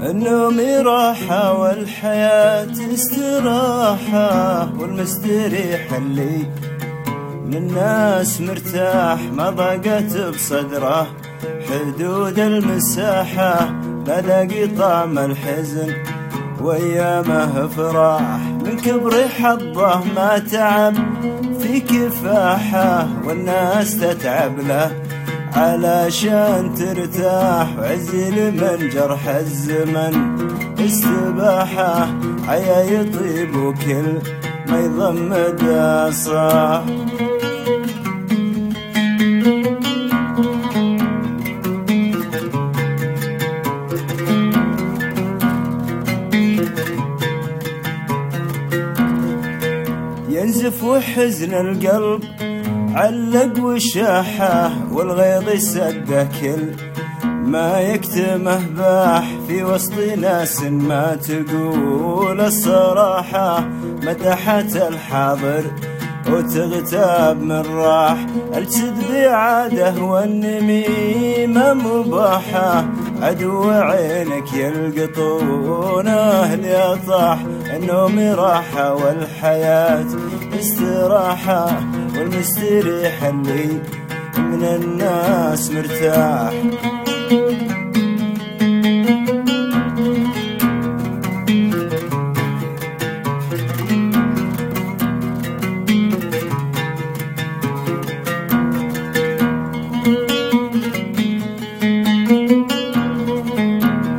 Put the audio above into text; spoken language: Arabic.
النوم راحة والحياة استراحة، والمستريح اللي من الناس مرتاح ما ضاقت بصدره حدود المساحة، لا لاقي طعم الحزن وأيامه فراح، من كبر حظه ما تعب في كفاحة، والناس تتعب له علشان ترتاح، وعزل من جرح الزمن استباحة، عيا يطيب وكل ما يضمد صاح. ينزف وحزن القلب علق وشاحه، والغيظ يسده كل ما يكتمه باح، في وسط ناس ما تقول الصراحة، مدحت الحاضر وتغتاب من راح، الكذب عاده والنميمة مباحة، عدو عينك يلقطونه ليطاح، النوم راحة والحياة استراحة، والمستريح اللي من الناس مرتاح.